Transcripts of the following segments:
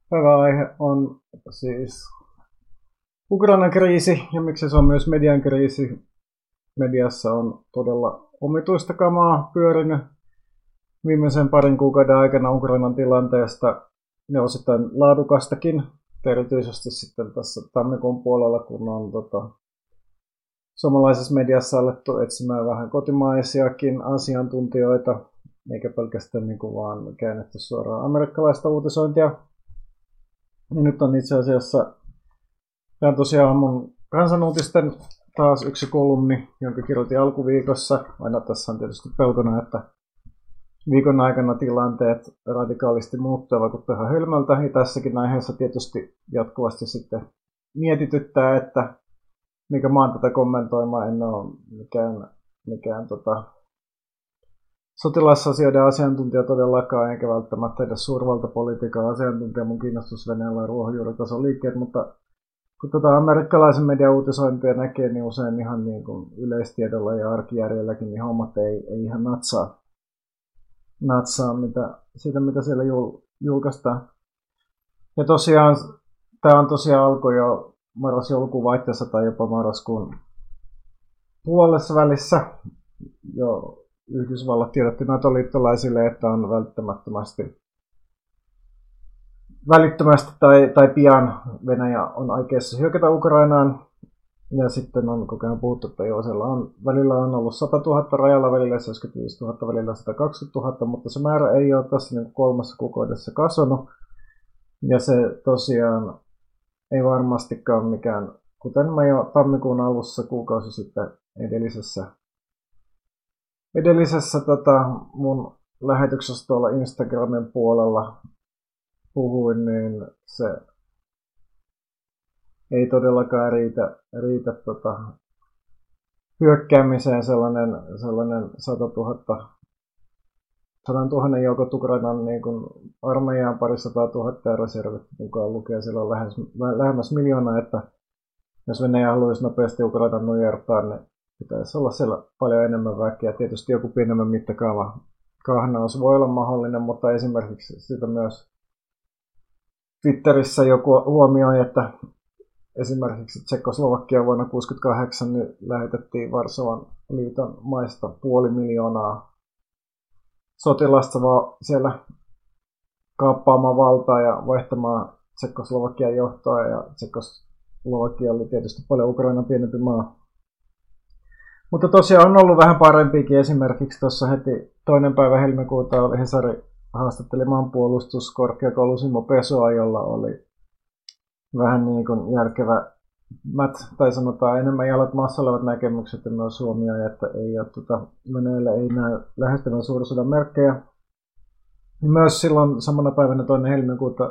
Päivän aihe on siis Ukrainan kriisi ja miksi se on myös median kriisi. Mediassa on todella omituista kamaa pyörinyt viimeisen parin kuukauden aikana Ukrainan tilanteesta ja osittain laadukastakin, erityisesti sitten tässä tammikuun puolella, kun on suomalaisessa mediassa alettu etsimään vähän kotimaisiakin asiantuntijoita, eikä pelkästään niin kuin vaan käännetty suoraan amerikkalaista uutisointia. Ja nyt on itse asiassa tämä tosiaan mun kansanuutisten taas yksi kolumni, jonka kirjoitin alkuviikossa. Aina tässä on tietysti pelkona, että viikon aikana tilanteet radikaalisti muuttuvat, vaikuttaa ihan hölmöltä. Ja tässäkin aiheessa tietysti jatkuvasti sitten mietityttää, että mikä mä oon tätä kommentoimaan. En ole mikään sotilasasioiden asiantuntija todellakaan, eikä välttämättä edes suurvaltapolitiikan asiantuntija. Mun kiinnostus Venäjällä on ruohonjuuritason liikkeet, mutta kun amerikkalaisen median uutisointia näkee, niin usein ihan niin kuin yleistiedolla ja arkijärjelläkin niin hommat ei ihan natsaa mitä siellä julkaistaan. Ja tosiaan, tämä on tosiaan alkoi jo marras-joulukuun vaihteessa tai jopa marraskuun puolessa välissä. Jo Yhdysvallat tiedotti NATO-liittolaisille, että on välittömästi tai pian Venäjä on aikeissa hyökätä Ukrainaan. Ja sitten on koko ajan puhuttu, että joo, välillä on ollut 100 000 rajalla, välillä 75 000, välillä 120 000, mutta se määrä ei ole tässä niin 3 kuukaudessa kasvanut. Ja se tosiaan ei varmastikaan mikään, kuten mä jo tammikuun alussa kuukausi sitten edellisessä mun lähetyksessä tuolla Instagramin puolella puhuin, niin se ei todellakaan riitä hyökkäämiseen sellainen 100 000 joukot Ukrainan niin armeijaan 200 000 ja reservit mukaan lukee. Siellä on lähemmäs miljoonaa, että jos Venäjä haluaisi nopeasti Ukrainan nujertaa, niin pitäisi olla siellä paljon enemmän väkeä. Tietysti joku pienemmän mittakaava kahnaus voi olla mahdollinen, mutta esimerkiksi sitä myös Twitterissä joku huomioi, että esimerkiksi Tšekkoslovakia vuonna 1968 niin lähetettiin Varsovan liiton maista 500 000 sotilasta siellä kaappaamaan valtaa ja vaihtamaan Tšekkoslovakian johtoa. Ja Tšekkoslovakia oli tietysti paljon Ukrainan pienempi maa. Mutta tosiaan on ollut vähän parempiakin. Esimerkiksi tuossa heti 2. päivä helmikuuta Hesari haastatteli maanpuolustuskorkeakoulu Simo Pesoa, jolla oli vähän niin kuin järkevät, tai sanotaan enemmän jalat maassa olevat näkemykset, ja myös huomioon, että Venäjällä ei näy lähestyvän suursodan merkkejä. Myös silloin samana päivänä 2. helmikuuta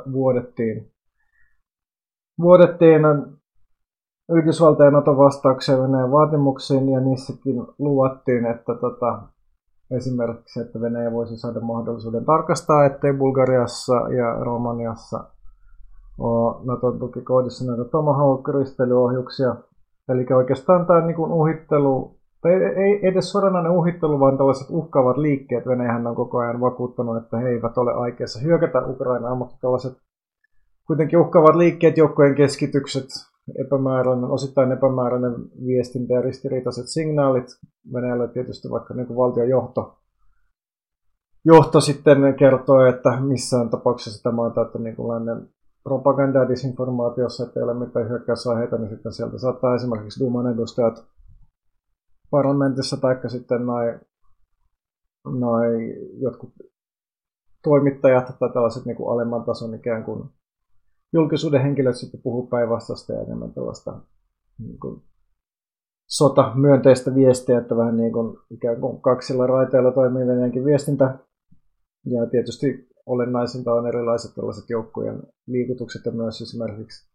vuodettiin Yhdysvaltain Naton vastauksia Venäjän vaatimuksiin, ja niissäkin luvattiin, että esimerkiksi, että Venäjä voisi saada mahdollisuuden tarkastaa, ettei Bulgariassa ja Romaniassa ole Naton tukikoodissa näitä Tomahawk-risteilyohjuksia. Eli oikeastaan tämä niin kuin uhittelu, tai ei edes suoranainen uhittelu, vaan tällaiset uhkaavat liikkeet. Venäjähän on koko ajan vakuuttanut, että he eivät ole aikeissa hyökätä Ukrainaan, mutta tällaiset kuitenkin uhkaavat liikkeet, joukkojen keskitykset, osittain epämääräinen viestintä ja ristiriitaiset signaalit. Venäjällä tietysti vaikka niin kuin valtion johto sitten kertoo, että missään tapauksessa tämä on täyttä niin kuin lännen propaganda- ja disinformaatiossa, että ei ole mitään hyökkäysaiheita, niin sitten sieltä saattaa esimerkiksi Duuman edustajat parlamentissa tai sitten noi jotkut toimittajat tai tällaiset niin kuin alemman tason ikään kuin julkisuuden henkilöt sitten puhuu päinvastaista ja enemmän tällaista niin kuin sota-myönteistä viestiä, että vähän niin kuin ikään kuin kaksilla raiteilla toimii Venäjänkin viestintä. Ja tietysti olennaisinta on erilaiset tällaiset joukkojen liikutukset ja myös esimerkiksi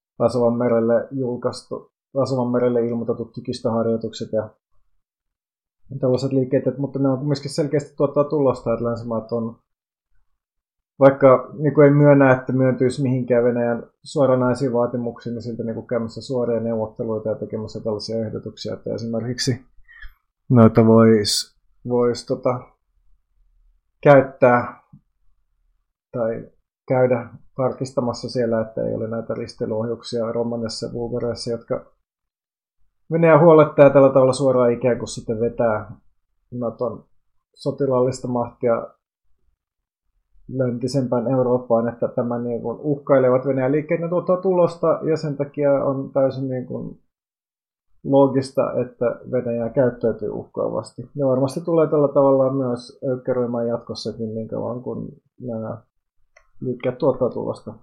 Asovan merelle ilmoitetut tykistöharjoitukset ja tällaiset liikkeet, mutta ne on kuitenkin selkeästi tuottaa tulosta, että länsimaat on, vaikka niin ei myönnä, että myöntyisi mihinkään Venäjän suoranaisiin vaatimuksiin, niin silti niin käymässä suoria neuvotteluita ja tekemässä tällaisia ehdotuksia, että esimerkiksi noita voisi käyttää tai käydä tarkistamassa siellä, että ei ole näitä risteilyohjuksia Romaniassa ja Bulgariassa, jotka Venäjä huolettaa tällä tavalla suoraan ikään kuin sitten vetää Naton sotilaallista mahtia läntisempään Eurooppaan, että tämä niin kuin uhkailevat Venäjän liikkeet tuottaa tulosta ja sen takia on täysin niin kuin loogista, että Venäjä käyttäytyy uhkaavasti. Ja varmasti tulee tällä tavalla myös öykkäröimään jatkossakin niin kauan kuin nämä liikkeet tuottaa tulosta.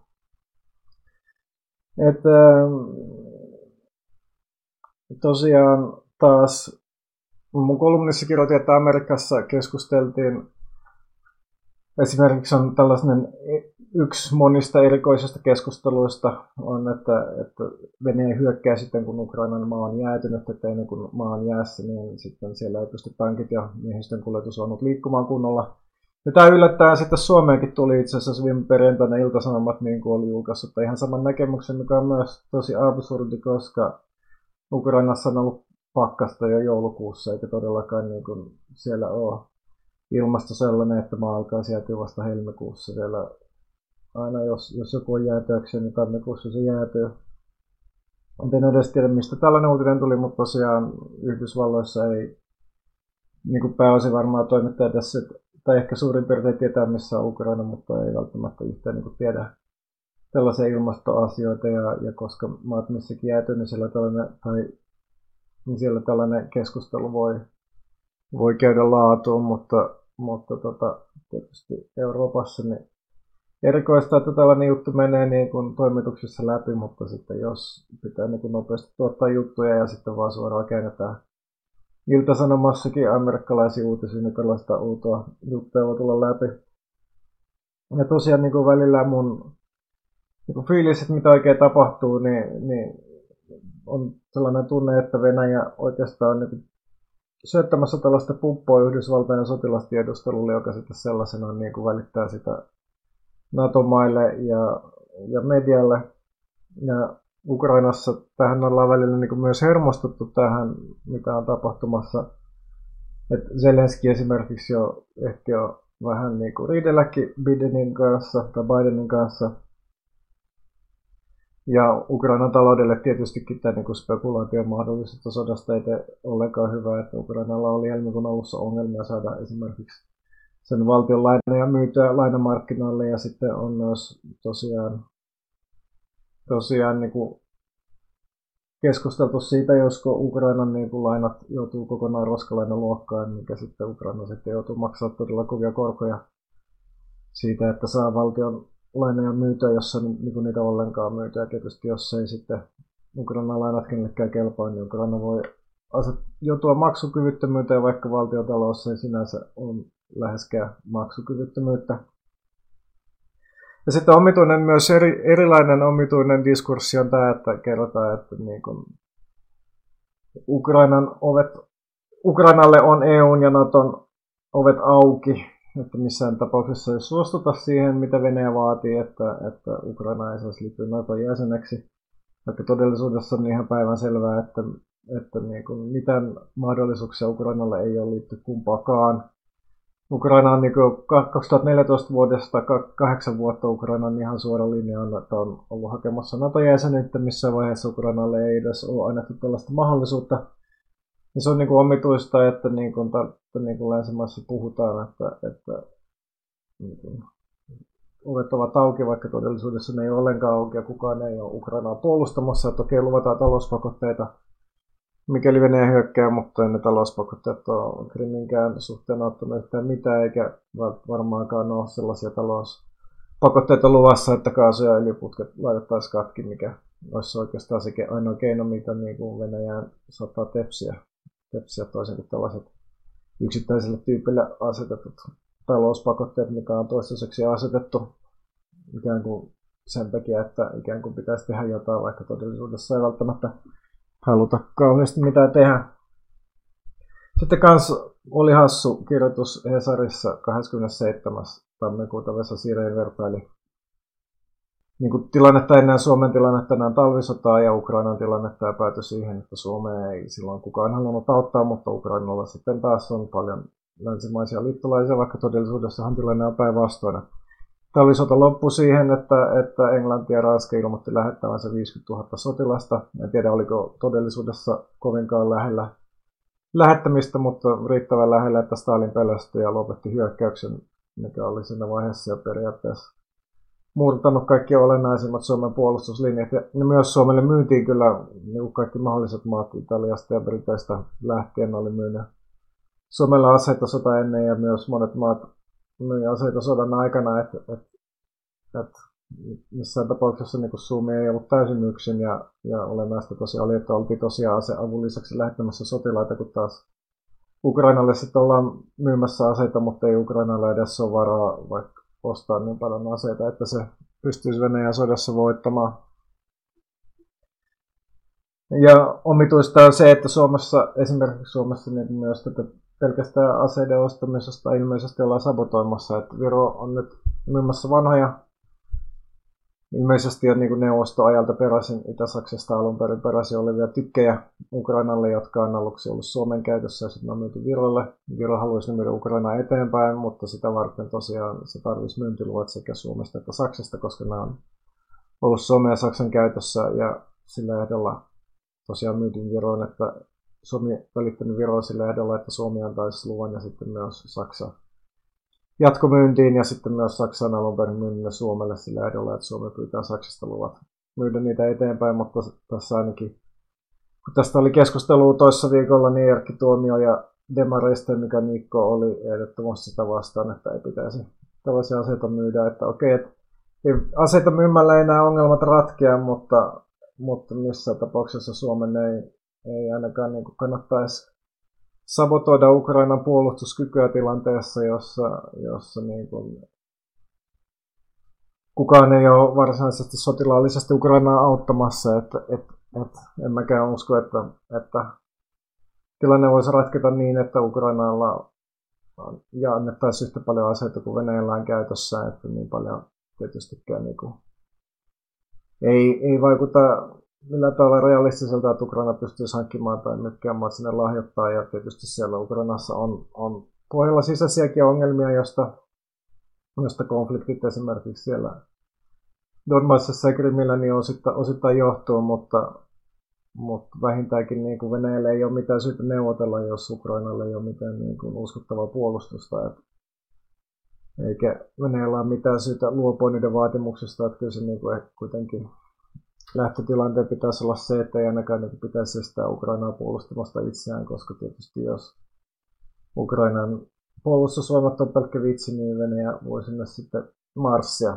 Tosiaan taas mun kolumnissa kirjoitin, että Amerikassa keskusteltiin, esimerkiksi on tällainen yksi monista erikoisista keskusteluista on, että Venäjä hyökkää sitten, kun Ukrainan maa on jäätynyt, että ennen kuin maa on jäässä, niin sitten siellä ei pysty tankit ja miehistön kuljetusvaunut liikkumaan kunnolla. Ja tämä yllättäen sitten Suomeenkin tuli itse asiassa viime perjantaina Ilta-Sanomat, niin kuin oli julkaissut ihan saman näkemyksen, mikä on myös tosi absurdi, koska Ukrainassa on ollut pakkasta jo joulukuussa, eikä todellakaan niin kuin siellä ole ilmasto sellainen, että maa alkaa jäätyä vasta helmikuussa. Siellä aina jos joku on jäätyäkseen, niin tammikuussa se jäätyy. En edes tiedä, mistä tällainen uutinen tuli, mutta tosiaan Yhdysvalloissa ei niin kuin pääosin varmaan toimittajat tässä, tai ehkä suurin piirtein tietää, missä on Ukraina, mutta ei välttämättä yhtään niin kuin tiedä tällaisia ilmastoasioita, ja koska maat missäkin jäätyy, niin siellä tällainen keskustelu voi käydä laatuun, mutta tietysti Euroopassa niin erikoista, että tällainen juttu menee niin kuin toimituksessa läpi, mutta sitten jos pitää niin kuin nopeasti tuottaa juttuja ja sitten vaan suoraan käännetään Ilta-Sanomassakin amerikkalaisia uutisia, niin tällaista outoa juttuja voi tulla läpi. Ja tosiaan niin kuin välillä mun niin fiilis, että mitä oikein tapahtuu, niin on sellainen tunne, että Venäjä oikeastaan on niin syöttämässä tällaista pumppua Yhdysvaltain sotilastiedustelulle, joka sitten sellaisena niin kuin välittää sitä NATO-maille ja medialle. Ja Ukrainassa tähän ollaan välillä niin kuin myös hermostuttu tähän, mitä on tapahtumassa. Et Zelenski esimerkiksi ehti jo vähän niin kuin riidelläkin Bidenin kanssa. Ja Ukrainan taloudelle tietystikin tämä niin spekulaation mahdollisesta sodasta ei tee ollenkaan hyvää, että Ukrainalla oli helmikuun alussa ongelmia saada esimerkiksi sen valtion lainoja myytyä lainamarkkinoille, ja sitten on myös tosiaan niin kuin keskusteltu siitä, josko Ukrainan niin kuin lainat joutuu kokonaan roskalainaluokkaan, mikä sitten Ukraina sitten joutuu maksamaan todella kovia korkoja siitä, että saa valtion lainoja myytyä, jos on niin niitä ollenkaan myytyä. Tietysti jos ei sitten Ukrainan lainat kenellekään kelpaa, niin Ukraina voi joutua maksukyvyttömyyteen, vaikka valtiontalous ei sinänsä on läheskään maksukyvyttömyyttä. Ja sitten myös erilainen omituinen diskurssi on tämä, että kerrotaan, että niin kun Ukrainalle on EUn ja Naton ovet auki, että missään tapauksessa ei suostuta siihen, mitä Venäjä vaatii, että Ukraina ei saisi liittyä Naton jäseneksi. Vaikka todellisuudessa on ihan päivänselvää, että niin kuin mitään mahdollisuuksia Ukrainalle ei ole liittyä kumpaakaan. Ukraina on niin 2014 vuodesta 8 vuotta Ukrainan ihan suora linja on, että on ollut hakemassa NATO-jäsenyyttä, missä vaiheessa Ukrainalle ei edes ole annettu tällaista mahdollisuutta. Ja se on niin kuin omituista, että niin kuin länsimaissa puhutaan, että niin kuin ovet ovat auki, vaikka todellisuudessa ne ei ole ollenkaan auki ja kukaan ei ole Ukrainaa puolustamassa. Että okei, luvataan talouspakotteita, mikäli Venäjä hyökkää, mutta ne talouspakotteet on Kriminkään suhteen ottanut yhtään mitään, eikä varmaankaan ole sellaisia talouspakotteita luvassa, että kaasu- ja öljyputket laitettaisiin katki, mikä olisi oikeastaan se ainoa keino, mitä niin kuin Venäjään saattaa tepsiä toisin kuin tällaiset yksittäisille tyypille asetetut talouspakotteet, mikä on toistaiseksi asetettu ikään kuin sen takia, että ikään kuin pitäisi tehdä jotain, vaikka todellisuudessa ei välttämättä haluta kauheasti mitään tehdä. Sitten kans oli hassu kirjoitus Hesarissa 27. tammikuuta Vesa Sireen vertaili niin kuin tilannetta ennen Suomen tilannetta ennen talvisotaa ja Ukrainan tilannetta ja päätyi siihen, että Suomea ei silloin kukaan halunnut auttaa, mutta Ukrainalla sitten taas on paljon länsimaisia liittolaisia, vaikka todellisuudessahan tilanne on päinvastoin. talvisota loppui siihen, että Englanti ja Ranska ilmoitti lähettävänsä 50 000 sotilasta. En tiedä, oliko todellisuudessa kovinkaan lähellä lähettämistä, mutta riittävän lähellä, että Stalin pelästyi ja lopetti hyökkäyksen, mikä oli siinä vaiheessa jo periaatteessa murtanut kaikki olennaisimmat Suomen puolustuslinjat. Ja myös Suomelle myytiin kyllä niin kaikki mahdolliset maat Italiasta ja Briteistä lähtien oli myynyt Suomelle aseita sota ennen ja myös monet maat myi aseita sodan aikana, että missään tapauksessa niin Suomi ei ollut täysin yksin ja olennaista tosiaan oli, että oltiin tosiaan aseavun lisäksi lähettämässä sotilaita, kun taas Ukrainalle sitten ollaan myymässä aseita, mutta ei Ukrainalle edes ole varaa vaikka ostaa niin paljon aseita, että se pystyisi Venäjän sodassa voittamaan. Ja omituista on se, että esimerkiksi Suomessa niin myös tätä pelkästään aseiden ostamisesta ilmeisesti ollaan sabotoimassa, että Viro on nyt myymässä vanhoja, ilmeisesti jo niin neuvostoajalta peräisin Itä-Saksasta alun perin peräisin olevia tykkejä Ukrainalle, jotka on aluksi ollut Suomen käytössä ja sitten on myyty Virolle. Viro haluaisi myydä Ukrainaa eteenpäin, mutta sitä varten tosiaan se tarvitsisi myyntiluvat sekä Suomesta että Saksasta, koska nämä on ollut Suomen ja Saksan käytössä ja sillä ehdolla tosiaan myyty Viroon, että Suomi välittänyt Viroon sillä ehdolla, että Suomi antaisi luvan ja sitten myös Saksa jatkomyyntiin ja sitten myös Saksan alun perin myynnin Suomelle sillä ehdolla, että Suomi pyytää Saksasta luvat myydä niitä eteenpäin, mutta tässä ainakin, kun tästä oli keskustelua toissa viikolla, niin Erkki Tuomio ja demareista, mikä Mikko oli ehdottomasti sitä vastaan, että ei pitäisi tällaisia aseita myydä, että okei, että aseita myymällä ei nämä ongelmat ratkea, mutta missään tapauksessa Suomen ei ainakaan niin kuin kannattaisi sabotoida Ukrainan puolustuskykyä tilanteessa, jossa niin kuin kukaan ei ole varsinaisesti sotilaallisesti Ukrainaa auttamassa. En mäkään usko, että tilanne voisi ratketa niin, että Ukrainalla ja annettaisiin yhtä paljon aseita kuin Venäjällä on käytössä, että niin paljon tietystikään niin kuin ei vaikuta millä tavalla realistiselta, että Ukraina pystyisi hankkimaan tai mitkään maat sinne lahjoittaa. Ja tietysti siellä Ukrainassa on pohjalla sisäisiäkin ongelmia, josta konfliktit esimerkiksi siellä Donbassissa ja Krimillä niin osittain johtuu, mutta vähintäänkin niin kuin Venäjällä ei ole mitään syytä neuvotella, jos Ukrainalle ei ole mitään niin kuin uskottavaa puolustusta. Eikä Venäjällä ole mitään syytä luopua niiden vaatimuksista, että kyllä se niin kuin kuitenkin lähtötilanteen pitäisi olla se, että ei ainakaan niin pitäisi estää Ukrainaa puolustamasta itseään, koska tietysti jos Ukrainan puolustusvoimat on pelkkä vitsi, niin Venäjä voi sinne sitten marssia.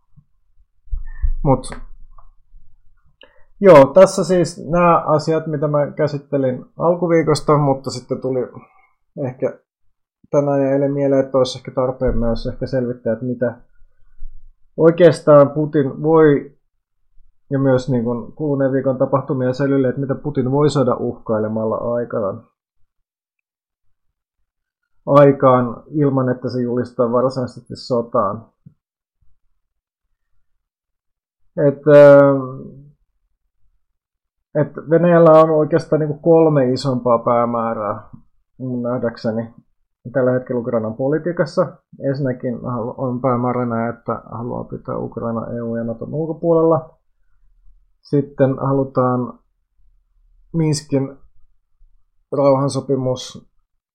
Joo, tässä siis nämä asiat, mitä mä käsittelin alkuviikosta, mutta sitten tuli ehkä tänään ja eilen mieleen, että olisi ehkä tarpeen myös ehkä selvittää, että mitä oikeastaan Putin voi, ja myös niin kuin kuluneen viikon tapahtumia selville, että mitä Putin voi saada uhkailemalla aikaan ilman, että se julistaa varsinaisesti sotaan. Venäjällä on oikeastaan niin kuin 3 isompaa päämäärää mun nähdäkseni tällä hetkellä Ukrainan politiikassa. Ensinnäkin on päämääränä, että haluaa pitää Ukraina EU ja Naton ulkopuolella. Sitten halutaan Minskin rauhansopimus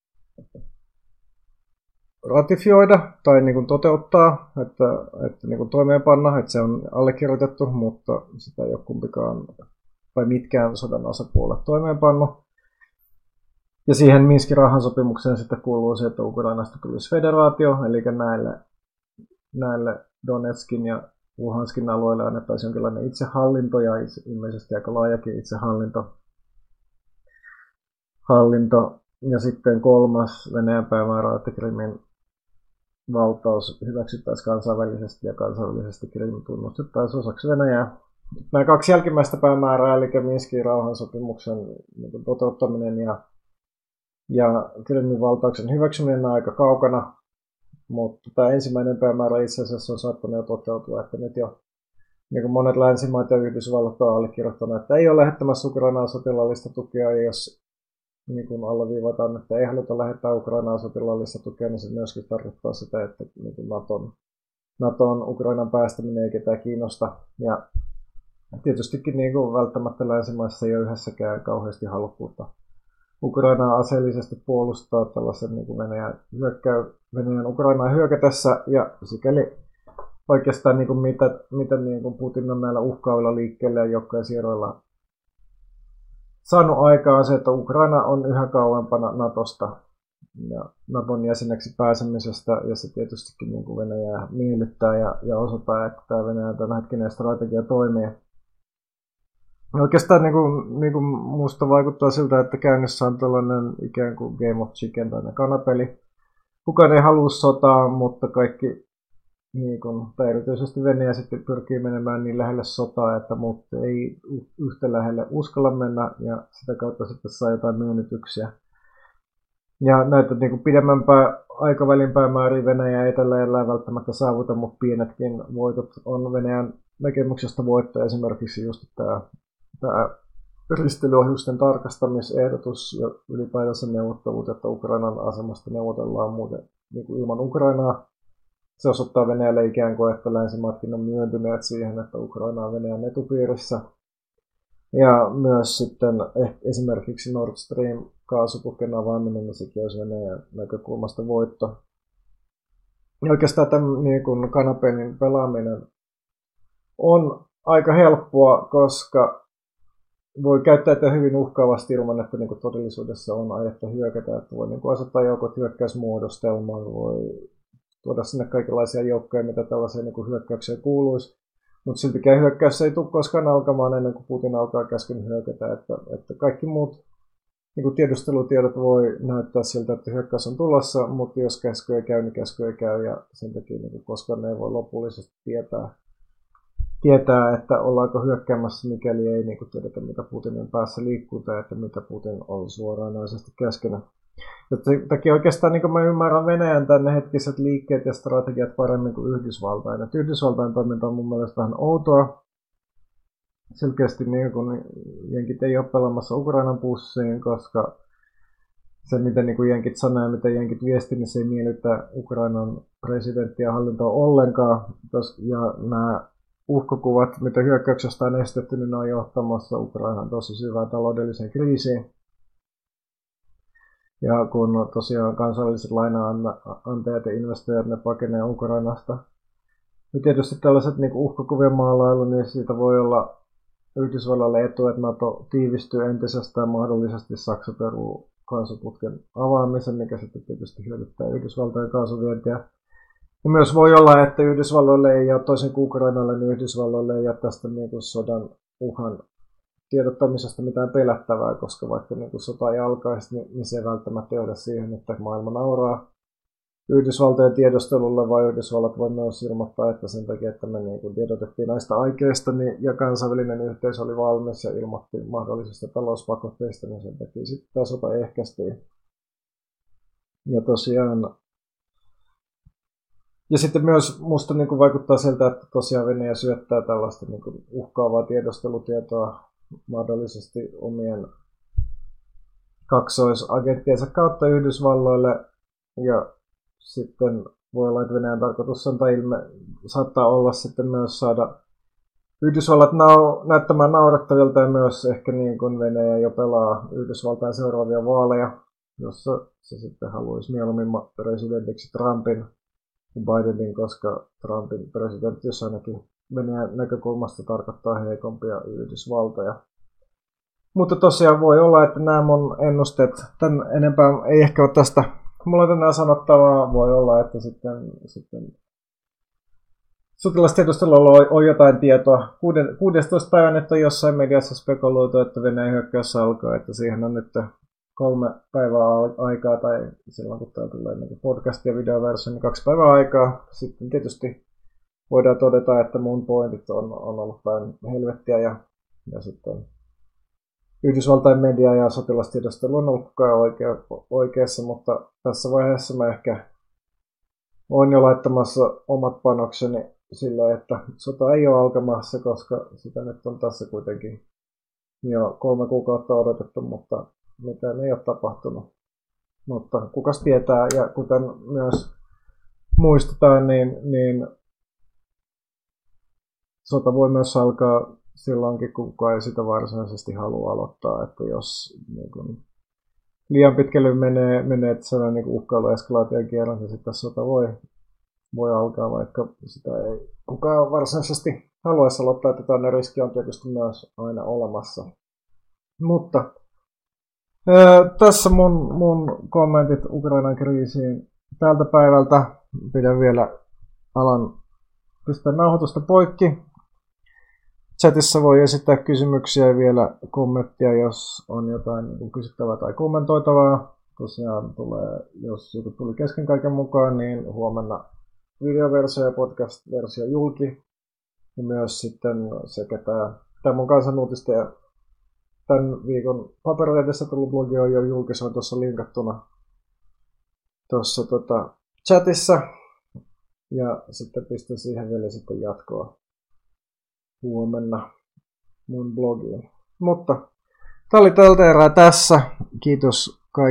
ratifioida tai niin kuin toteuttaa, että niin kuin toimeenpanna, että se on allekirjoitettu, mutta sitä ei ole kumpikaan tai mitkään sodan osapuolet toimeenpannut. Ja siihen Minskin rauhansopimukseen sitten kuuluu se, että Ukrainasta tulisi federaatio, eli näille Donetskin ja Luhanskin alueelle annettaisiin jonkinlainen itsehallinto ja ilmeisesti aika laajakin itsehallinto. Ja sitten 3. Venäjän päämäärä, että Krimin valtaus hyväksyttäisiin kansainvälisesti ja kansainvälisesti Krim tunnustettaisiin osaksi Venäjää. Nämä 2 jälkimmäistä päämäärää, eli Minskin rauhansopimuksen toteuttaminen ja Krimin valtauksen hyväksyminen on aika kaukana, mutta tämä ensimmäinen päämäärä itse asiassa on saattanut jo toteutua, että nyt jo niin kuin monet länsimaat ja Yhdysvallat on allekirjoittaneet, että ei ole lähettämässä Ukrainaan sotilaallista tukea, ja jos niin kuin alleviivataan, että ei haluta lähettää Ukrainaan sotilaallista tukea, niin se myöskin tarkoittaa sitä, että niin kuin NATOon Ukrainan päästäminen ei ketään kiinnosta. Ja tietystikin niin kuin välttämättä länsimaissa ei ole yhdessäkään kauheasti halukkuutta Ukrainaa aseellisesti puolustaa tällaisen niin kuin Venäjän Ukrainaa hyökätessä. Ja sikäli oikeastaan niin kuin mitä niin kuin Putin on näillä uhkaavilla liikkeellä ja joukkojen saanut aikaan se, että Ukraina on yhä kauempana NATOsta ja NATOn jäseneksi pääsemisestä, ja se tietystikin niin kuin Venäjää miellyttää ja osoittaa, että tämä Venäjän tämänhetkinen strategia toimii. Oikeastaan niin kuin musta vaikuttaa siltä, että käynnissä on tällainen ikään kuin Game of Chicken tai kanapeli. Kukaan ei halua sotaa, mutta kaikki, niin kuin, tai erityisesti Venäjä sitten pyrkii menemään niin lähelle sotaa, että muut ei yhtä lähelle uskalla mennä, ja sitä kautta sitten saa jotain myönnytyksiä. Ja näitä niin kuin pidemmän aikavälin päämääriä Venäjä ei tällä erää välttämättä saavuta, mutta pienetkin voitot on Venäjän näkemyksestä voitto. Esimerkiksi just tämä ristelyohjusten tarkastamisehdotus ja ylipäätänsä neuvottelut, että Ukrainan asemasta neuvotellaan muuten niin kuin ilman Ukrainaa. Se osoittaa Venäjälle ikään kuin, että länsimaatkin on myöntyneet siihen, että Ukraina on Venäjän etupiirissä. Ja myös sitten esimerkiksi Nord Stream kaasuputken avaaminen, niin sekin olisi Venäjän näkökulmasta voitto. Ja oikeastaan tämän niin kuin kanapelin pelaaminen on aika helppoa, koska voi käyttäytyä hyvin uhkaavasti ilman, että niin kuin todellisuudessa on aihetta hyökätä. Että voi niin kuin asettaa joukot hyökkäysmuodostelmaan, voi tuoda sinne kaikenlaisia joukkoja, mitä tällaiseen niin kuin hyökkäykseen kuuluisi. Mutta siltikään hyökkäys ei tule koskaan alkamaan ennen kuin Putin alkaa käskyn hyökätä. Että kaikki muut niin kuin tiedustelutiedot voi näyttää siltä, että hyökkäys on tulossa, mutta jos käsky ei käy, niin käsky ei käy. Ja sen takia niin koskaan ei voi lopullisesti tietää, että ollaanko hyökkäämässä, mikäli ei niin kuin tiedetä, mitä Putinin päässä liikkuu tai että mitä Putin on suoranaisesti käskenyt. Sen takia oikeastaan niin mä ymmärrän Venäjän tänne hetkiset liikkeet ja strategiat paremmin kuin Yhdysvaltain. Et Yhdysvaltain toiminta on mun mielestä vähän outoa. Selkeästi niin kun jenkit ei ole pelaamassa Ukrainan pussiin, koska se mitä niin kuin jenkit sanoo ja mitä jenkit viesti, niin se ei miellytä Ukrainan presidenttiä ja hallintoa ollenkaan. Ja nämä uhkakuvat, mitä hyökkäyksestä on estetty, niin ne on johtamassa Ukrainan tosi syvään taloudelliseen kriisiin. Ja kun tosiaan kansalliset lainanantajat ja investoijat ne pakenee Ukrainasta. Ja tietysti tällaiset niin uhkakuvien maalailu, niin siitä voi olla Yhdysvallalle etu, että NATO tiivistyy entisestään mahdollisesti Saksa peruu kaasuputken avaamisen, mikä sitten tietysti hyödyttää Yhdysvaltojen kaasuvientiä. Ja myös voi olla, että Yhdysvalloille ei ole toisin kuin Ukrainalle, niin Yhdysvalloille ei ole tästä niin kuin sodan uhan tiedottamisesta mitään pelättävää, koska vaikka niin sota ei alkaisi, niin se ei välttämättä johda siihen, että maailma nauraa Yhdysvaltojen tiedostelulle, vai Yhdysvallat voi myös ilmoittaa, että sen takia, että me niin tiedotettiin näistä aikeista, niin, ja kansainvälinen yhteisö oli valmis ja ilmoitti mahdollisista talouspakotteista, niin sen takia sitten tämä sota ehkäistiin. Ja tosiaan ja sitten myös musta niin kuin vaikuttaa siltä, että tosiaan Venäjä syöttää tällaista niin kuin uhkaavaa tiedustelutietoa mahdollisesti omien kaksoisagenttiensa kautta Yhdysvalloille. Ja sitten voi olla, että Venäjän tarkoitus on, saattaa olla sitten myös saada Yhdysvallat näyttämään naurettavilta, ja myös ehkä niin kuin Venäjä jo pelaa Yhdysvaltain seuraavia vaaleja, jossa se sitten haluaisi mieluummin presidentiksi Trumpin Bidenin, koska Trumpin presidenttiys ainakin Venäjän näkökulmasta tarkoittaa heikompia Yhdysvaltoja. Mutta tosiaan voi olla, että nämä mun ennusteet, tämän enempää ei ehkä ole tästä, mulla on tänään sanottavaa, voi olla, että sitten sotilastiedustelulla on jotain tietoa. 16. päivän nyt on jossain mediassa spekuloitu, että Venäjän hyökkäys alkaa, että siihen on nyt 3 päivää aikaa, tai silloin kun täällä tulee podcast- ja videoversio, niin 2 päivää aikaa. Sitten tietysti voidaan todeta, että mun pointit on ollut päin helvettiä, ja sitten Yhdysvaltain media ja sotilastiedustelu on ollut koko ajan oikeassa, mutta tässä vaiheessa mä ehkä olen jo laittamassa omat panokseni sillä, että sota ei ole alkamassa, koska sitä nyt on tässä kuitenkin jo 3 kuukautta odotettu, mutta mitään ei ole tapahtunut. Mutta kukas tietää, ja kuten myös muistetaan, niin sota voi myös alkaa silloinkin, kun kukaan ei sitä varsinaisesti halua aloittaa, että jos niin kun, liian pitkälle menee että sellainen niin uhkailu eskalaation kierros, niin sitten sota voi alkaa, vaikka sitä ei kukaan varsinaisesti haluaisi aloittaa, että tällainen riski on tietysti myös aina olemassa. Mutta tässä mun kommentit Ukrainan kriisiin tältä päivältä. Pidän vielä pistää nauhoitusta poikki. Chatissa voi esittää kysymyksiä ja vielä kommenttia, jos on jotain kysyttävää tai kommentoitavaa. Tosiaan jos joku tuli kesken kaiken mukaan, niin huomenna videoversio ja podcast-versio julki. Ja myös sitten sekä tämä mun kansanuutisten ja tämän viikon paperilehdessä tullut blogi on jo julkisuun tuossa linkattuna tuossa chatissa. Ja sitten pistän siihen vielä sitten jatkoa huomenna mun blogiin. Mutta tää oli tältä erää tässä. Kiitos